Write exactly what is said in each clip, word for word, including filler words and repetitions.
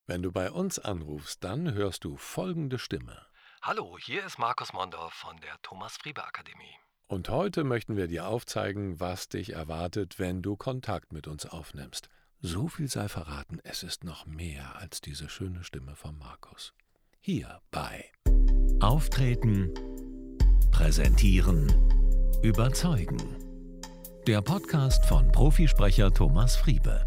Wenn du bei uns anrufst, dann hörst du folgende Stimme. Hallo, hier ist Markus Mondorf von der Thomas Friebe Akademie. Und heute möchten wir dir aufzeigen, was dich erwartet, wenn du Kontakt mit uns aufnimmst. So viel sei verraten, es ist noch mehr als diese schöne Stimme von Markus. Hier bei Auftreten, präsentieren, überzeugen. Der Podcast von Profisprecher Thomas Friebe.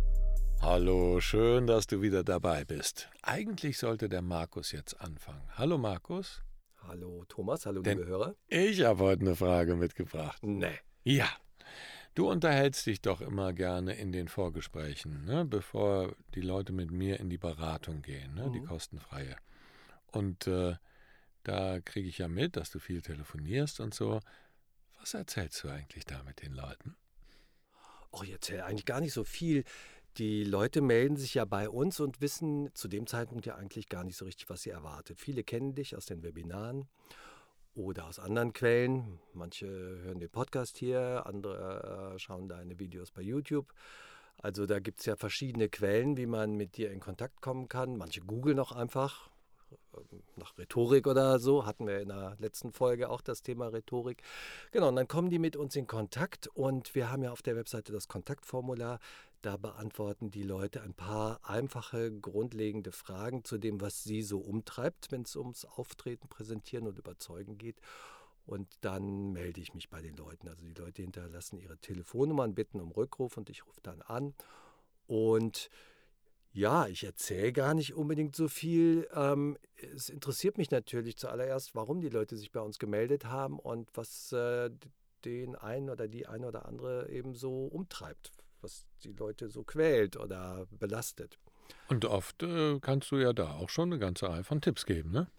Hallo, schön, dass du wieder dabei bist. Eigentlich sollte der Markus jetzt anfangen. Hallo Markus. Hallo Thomas, hallo Denn liebe Hörer. Ich habe heute eine Frage mitgebracht. Nee. Ja, du unterhältst dich doch immer gerne in den Vorgesprächen, ne, bevor die Leute mit mir in die Beratung gehen, ne, die Mhm. kostenfreie. Und äh, da kriege ich ja mit, dass du viel telefonierst und so. Was erzählst du eigentlich da mit den Leuten? Oh, ich erzähle eigentlich gar nicht so viel. Die Leute melden sich ja bei uns und wissen zu dem Zeitpunkt ja eigentlich gar nicht so richtig, was sie erwartet. Viele kennen dich aus den Webinaren oder aus anderen Quellen. Manche hören den Podcast hier, andere äh, schauen deine Videos bei YouTube. Also da gibt es ja verschiedene Quellen, wie man mit dir in Kontakt kommen kann. Manche googeln auch einfach ähm, nach Rhetorik oder so. Hatten wir in der letzten Folge auch das Thema Rhetorik. Genau, und dann kommen die mit uns in Kontakt und wir haben ja auf der Webseite das Kontaktformular. Da beantworten die Leute ein paar einfache, grundlegende Fragen zu dem, was sie so umtreibt, wenn es ums Auftreten, Präsentieren und Überzeugen geht. Und dann melde ich mich bei den Leuten. Also die Leute hinterlassen ihre Telefonnummern, bitten um Rückruf und ich rufe dann an. Und ja, ich erzähle gar nicht unbedingt so viel. Ähm, es interessiert mich natürlich zuallererst, warum die Leute sich bei uns gemeldet haben und was äh, den einen oder die eine oder andere eben so umtreibt, was die Leute so quält oder belastet. Und oft äh, kannst du ja da auch schon eine ganze Reihe von Tipps geben, ne?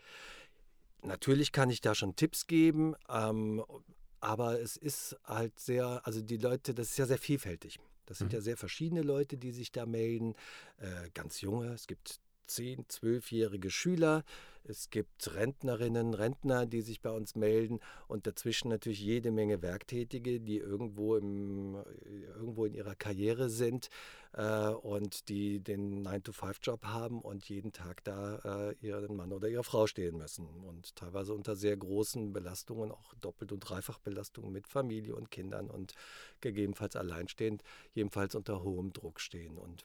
Natürlich kann ich da schon Tipps geben, ähm, aber es ist halt sehr, also die Leute, das ist ja sehr vielfältig. Das sind Mhm. ja sehr verschiedene Leute, die sich da melden, äh, ganz junge. Es gibt zehn-, zwölfjährige Schüler, es gibt Rentnerinnen, Rentner, die sich bei uns melden und dazwischen natürlich jede Menge Werktätige, die irgendwo, im, irgendwo in ihrer Karriere sind äh, und die den nine to five Job haben und jeden Tag da äh, ihren Mann oder ihre Frau stehen müssen und teilweise unter sehr großen Belastungen, auch Doppelt- und Dreifachbelastungen mit Familie und Kindern und gegebenenfalls alleinstehend, jedenfalls unter hohem Druck stehen. Und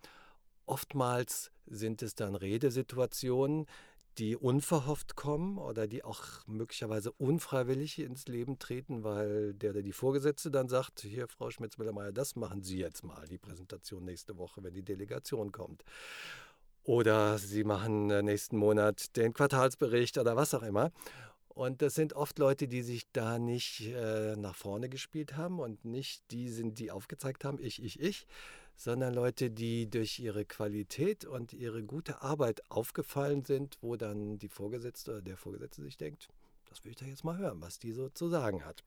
oftmals sind es dann Redesituationen, die unverhofft kommen oder die auch möglicherweise unfreiwillig ins Leben treten, weil der oder die Vorgesetzte dann sagt, hier Frau Schmitz-Müller-Meyer, das machen Sie jetzt mal, die Präsentation nächste Woche, wenn die Delegation kommt. Oder Sie machen äh, nächsten Monat den Quartalsbericht oder was auch immer. Und das sind oft Leute, die sich da nicht äh, nach vorne gespielt haben und nicht die sind, die aufgezeigt haben, ich, ich, ich, sondern Leute, die durch ihre Qualität und ihre gute Arbeit aufgefallen sind, wo dann die Vorgesetzte oder der Vorgesetzte sich denkt, das will ich da jetzt mal hören, was die so zu sagen hat.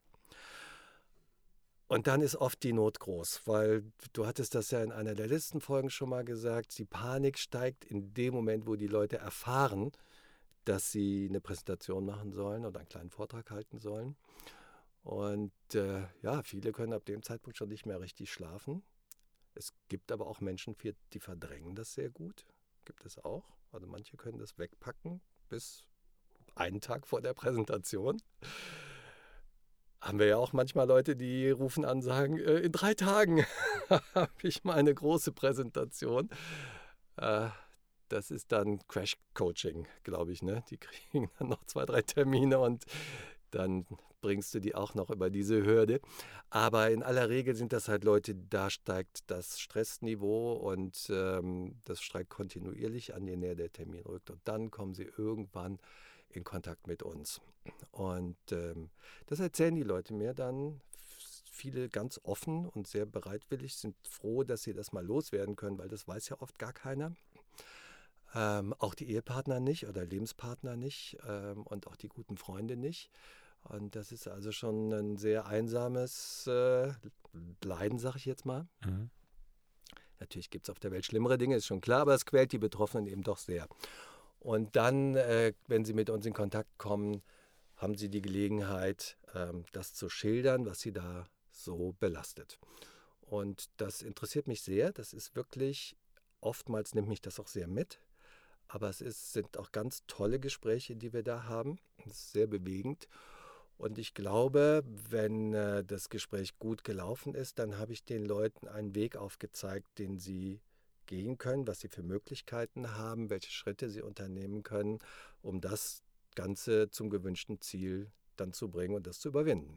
Und dann ist oft die Not groß, weil du hattest das ja in einer der letzten Folgen schon mal gesagt, die Panik steigt in dem Moment, wo die Leute erfahren, dass sie eine Präsentation machen sollen oder einen kleinen Vortrag halten sollen. Und äh, ja, viele können ab dem Zeitpunkt schon nicht mehr richtig schlafen. Es gibt aber auch Menschen, die verdrängen das sehr gut. Gibt es auch. Also manche können das wegpacken bis einen Tag vor der Präsentation. Haben wir ja auch manchmal Leute, die rufen an und sagen, äh, in drei Tagen habe ich mal eine große Präsentation. Äh, das ist dann Crash-Coaching, glaube ich. Ne? Die kriegen dann noch zwei, drei Termine und dann bringst du die auch noch über diese Hürde. Aber in aller Regel sind das halt Leute, da steigt das Stressniveau und ähm, das steigt kontinuierlich an, je näher der Termin rückt. Und dann kommen sie irgendwann in Kontakt mit uns. Und ähm, das erzählen die Leute mir dann. Viele ganz offen und sehr bereitwillig, sind froh, dass sie das mal loswerden können, weil das weiß ja oft gar keiner. Ähm, auch die Ehepartner nicht oder Lebenspartner nicht ähm, und auch die guten Freunde nicht. Und das ist also schon ein sehr einsames äh, Leiden, sag ich jetzt mal. Mhm. Natürlich gibt es auf der Welt schlimmere Dinge, ist schon klar, aber es quält die Betroffenen eben doch sehr. Und dann, äh, wenn sie mit uns in Kontakt kommen, haben sie die Gelegenheit, ähm, das zu schildern, was sie da so belastet. Und das interessiert mich sehr. Das ist wirklich oftmals nimmt mich das auch sehr mit. Aber es ist, sind auch ganz tolle Gespräche, die wir da haben. Es ist sehr bewegend. Und ich glaube, wenn äh, das Gespräch gut gelaufen ist, dann habe ich den Leuten einen Weg aufgezeigt, den sie gehen können, was sie für Möglichkeiten haben, welche Schritte sie unternehmen können, um das Ganze zum gewünschten Ziel dann zu bringen und das zu überwinden.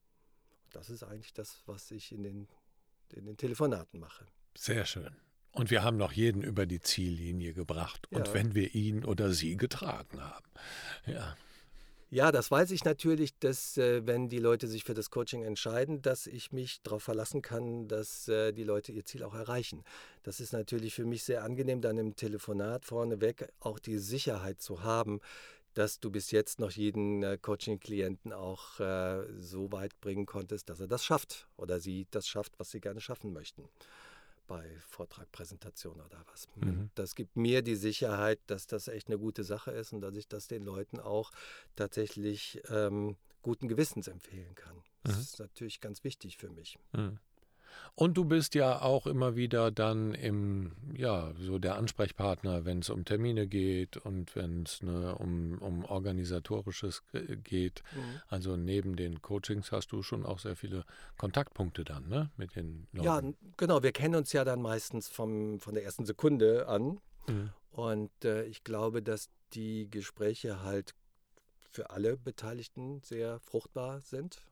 Und das ist eigentlich das, was ich in den, in den Telefonaten mache. Sehr schön. Und wir haben noch jeden über die Ziellinie gebracht. Und Ja. wenn wir ihn oder sie getragen haben. Ja. Ja, das weiß ich natürlich, dass äh, wenn die Leute sich für das Coaching entscheiden, dass ich mich darauf verlassen kann, dass äh, die Leute ihr Ziel auch erreichen. Das ist natürlich für mich sehr angenehm, dann im Telefonat vorneweg auch die Sicherheit zu haben, dass du bis jetzt noch jeden äh, Coaching-Klienten auch äh, so weit bringen konntest, dass er das schafft oder sie das schafft, was sie gerne schaffen möchten. Bei Vortrag, Präsentation oder was. Mhm. Das gibt mir die Sicherheit, dass das echt eine gute Sache ist und dass ich das den Leuten auch tatsächlich ähm, guten Gewissens empfehlen kann. Das Mhm. ist natürlich ganz wichtig für mich. Mhm. Und du bist ja auch immer wieder dann im, ja, so der Ansprechpartner, wenn es um Termine geht und wenn es ne, um, um Organisatorisches ge- geht. Mhm. Also neben den Coachings hast du schon auch sehr viele Kontaktpunkte dann, ne, mit den Leuten. Ja, n- genau. Wir kennen uns ja dann meistens vom, von der ersten Sekunde an. Mhm. Und äh, ich glaube, dass die Gespräche halt für alle Beteiligten sehr fruchtbar sind.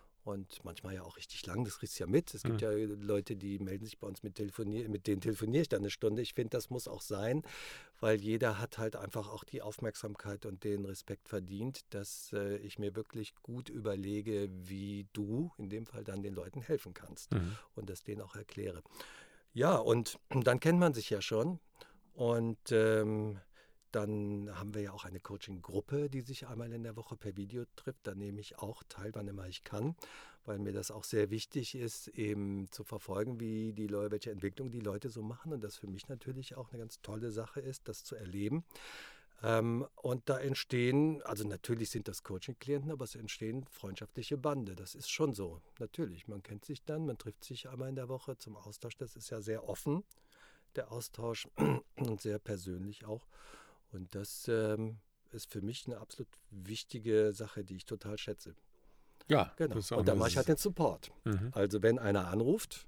Und manchmal ja auch richtig lang, das kriegst du ja mit. Es gibt Mhm. ja Leute, die melden sich bei uns mit telefonier, mit denen telefoniere ich dann eine Stunde. Ich finde, das muss auch sein, weil jeder hat halt einfach auch die Aufmerksamkeit und den Respekt verdient, dass äh, ich mir wirklich gut überlege, wie du in dem Fall dann den Leuten helfen kannst Mhm. und das denen auch erkläre. Ja, und dann kennt man sich ja schon. Und ähm, dann haben wir ja auch eine Coaching-Gruppe, die sich einmal in der Woche per Video trifft. Da nehme ich auch teil, wann immer ich kann, weil mir das auch sehr wichtig ist, eben zu verfolgen, wie die Leute, welche Entwicklung die Leute so machen. Und das für mich natürlich auch eine ganz tolle Sache ist, das zu erleben. Ähm, und da entstehen, also natürlich sind das Coaching-Klienten, aber es entstehen freundschaftliche Bande. Das ist schon so. Natürlich, man kennt sich dann, man trifft sich einmal in der Woche zum Austausch. Das ist ja sehr offen, der Austausch, und sehr persönlich auch. Und das ähm, ist für mich eine absolut wichtige Sache, die ich total schätze. Ja, Genau. das ist auch Und dann eine mache ich halt den Support. Mhm. Also wenn einer anruft,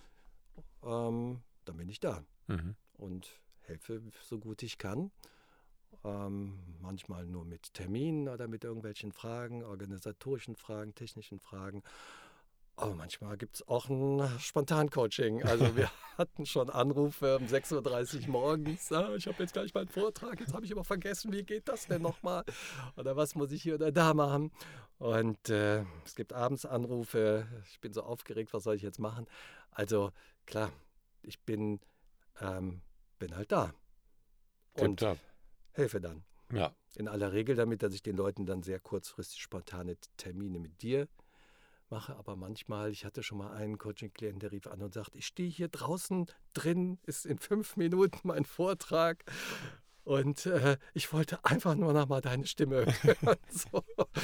ähm, dann bin ich da Mhm. und helfe so gut ich kann. Ähm, manchmal nur mit Terminen oder mit irgendwelchen Fragen, organisatorischen Fragen, technischen Fragen. Aber manchmal gibt es auch ein Spontan-Coaching. Also wir hatten schon Anrufe um sechs Uhr dreißig morgens. Ah, ich habe jetzt gleich meinen Vortrag, jetzt habe ich aber vergessen, wie geht das denn nochmal? Oder was muss ich hier oder da machen? Und äh, es gibt abends Anrufe. Ich bin so aufgeregt, was soll ich jetzt machen? Also klar, ich bin, ähm, bin halt da und Tipptopp. helfe dann. Ja. In aller Regel damit, dass ich den Leuten dann sehr kurzfristig spontane Termine mit dir mache, aber manchmal, ich hatte schon mal einen Coaching-Klienten, der rief an und sagt, ich stehe hier draußen drin, ist in fünf Minuten mein Vortrag und äh, ich wollte einfach nur noch mal deine Stimme hören. So.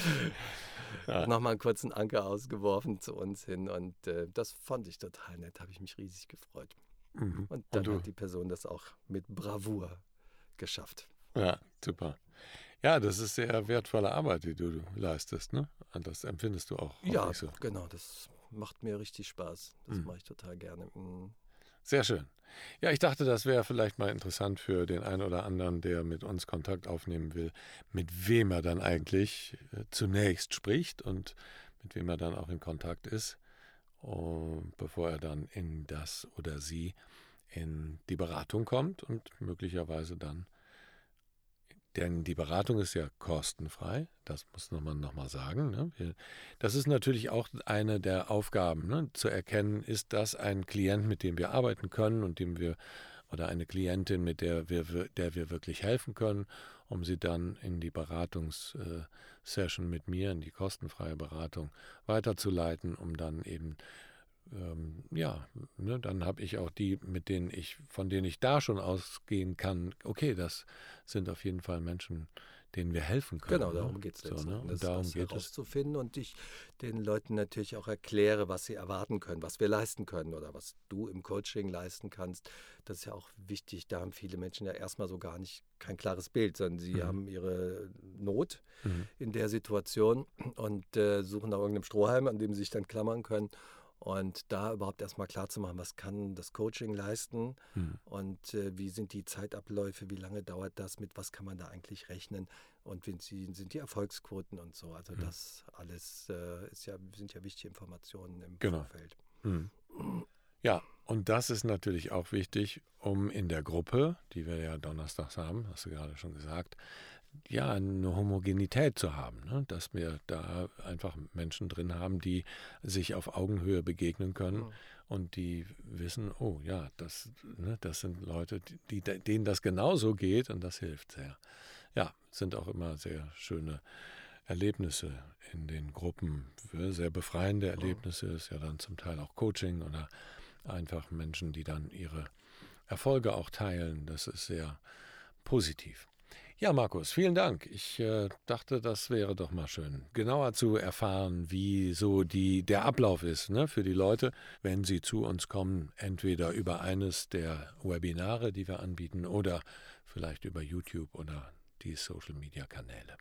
Ja. Nochmal einen kurzen Anker ausgeworfen zu uns hin und äh, das fand ich total nett, habe ich mich riesig gefreut. Mhm. Und dann Und du, hat die Person das auch mit Bravour geschafft. ja, super. Ja, das ist sehr wertvolle Arbeit, die du leistest, ne? Und das empfindest du auch Ja, häufig so. genau, das macht mir richtig Spaß. Das Mhm. mache ich total gerne. Mhm. Sehr schön. Ja, ich dachte, das wäre vielleicht mal interessant für den einen oder anderen, der mit uns Kontakt aufnehmen will, mit wem er dann eigentlich äh, zunächst spricht und mit wem er dann auch in Kontakt ist, und bevor er dann in das oder sie in die Beratung kommt und möglicherweise dann, denn die Beratung ist ja kostenfrei, das muss man nochmal sagen. Ne? Wir, das ist natürlich auch eine der Aufgaben, ne? Zu erkennen, ist das ein Klient, mit dem wir arbeiten können und dem wir, oder eine Klientin, mit der wir, der wir wirklich helfen können, um sie dann in die Beratungssession mit mir, in die kostenfreie Beratung weiterzuleiten, um dann eben Ähm, ja, ne, dann habe ich auch die, mit denen ich, von denen ich da schon ausgehen kann, okay, das sind auf jeden Fall Menschen, denen wir helfen können. Genau, darum ne? geht es so, letztendlich. ne? Das, Und darum das geht es. herauszufinden und ich den Leuten natürlich auch erkläre, was sie erwarten können, was wir leisten können oder was du im Coaching leisten kannst. Das ist ja auch wichtig. Da haben viele Menschen ja erstmal so gar nicht kein klares Bild, sondern sie Mhm. haben ihre Not Mhm. in der Situation und äh, suchen nach irgendeinem Strohhalm, an dem sie sich dann klammern können. Und da überhaupt erstmal klar zu machen, was kann das Coaching leisten Mhm. und äh, wie sind die Zeitabläufe, wie lange dauert das, mit was kann man da eigentlich rechnen und wie sind die Erfolgsquoten und so. Also Mhm. das alles äh, ist ja, sind ja wichtige Informationen im Genau. Vorfeld. Mhm. Ja, und das ist natürlich auch wichtig, um in der Gruppe, die wir ja donnerstags haben, hast du gerade schon gesagt, ja, eine Homogenität zu haben, ne? Dass wir da einfach Menschen drin haben, die sich auf Augenhöhe begegnen können Mhm. und die wissen, oh ja, das, ne, das sind Leute, die, die, denen das genauso geht und das hilft sehr. Ja, sind auch immer sehr schöne Erlebnisse in den Gruppen, sehr befreiende Erlebnisse, ist ja dann zum Teil auch Coaching oder einfach Menschen, die dann ihre Erfolge auch teilen. Das ist sehr positiv. Ja, Markus, vielen Dank. Ich äh, dachte, das wäre doch mal schön, genauer zu erfahren, wie so die, der Ablauf ist, ne, für die Leute, wenn sie zu uns kommen, entweder über eines der Webinare, die wir anbieten, oder vielleicht über YouTube oder die Social-Media-Kanäle.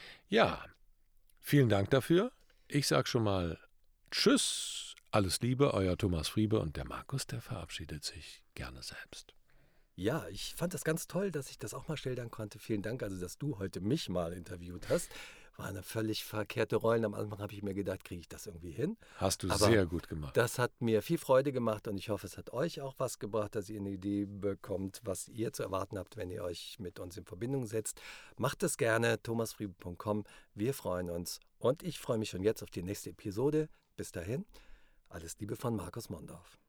Ja, vielen Dank dafür. Ich sage schon mal Tschüss, alles Liebe, euer Thomas Friebe, und der Markus, der verabschiedet sich gerne selbst. Ja, ich fand das ganz toll, dass ich das auch mal schildern konnte. Vielen Dank, also dass du heute mich mal interviewt hast. War eine völlig verkehrte Rolle. Am Anfang habe ich mir gedacht, kriege ich das irgendwie hin? Hast du Aber sehr gut gemacht. Das hat mir viel Freude gemacht und ich hoffe, es hat euch auch was gebracht, dass ihr eine Idee bekommt, was ihr zu erwarten habt, wenn ihr euch mit uns in Verbindung setzt. Macht es gerne, thomas friebe punkt com. Wir freuen uns und ich freue mich schon jetzt auf die nächste Episode. Bis dahin, alles Liebe von Markus Mondorf.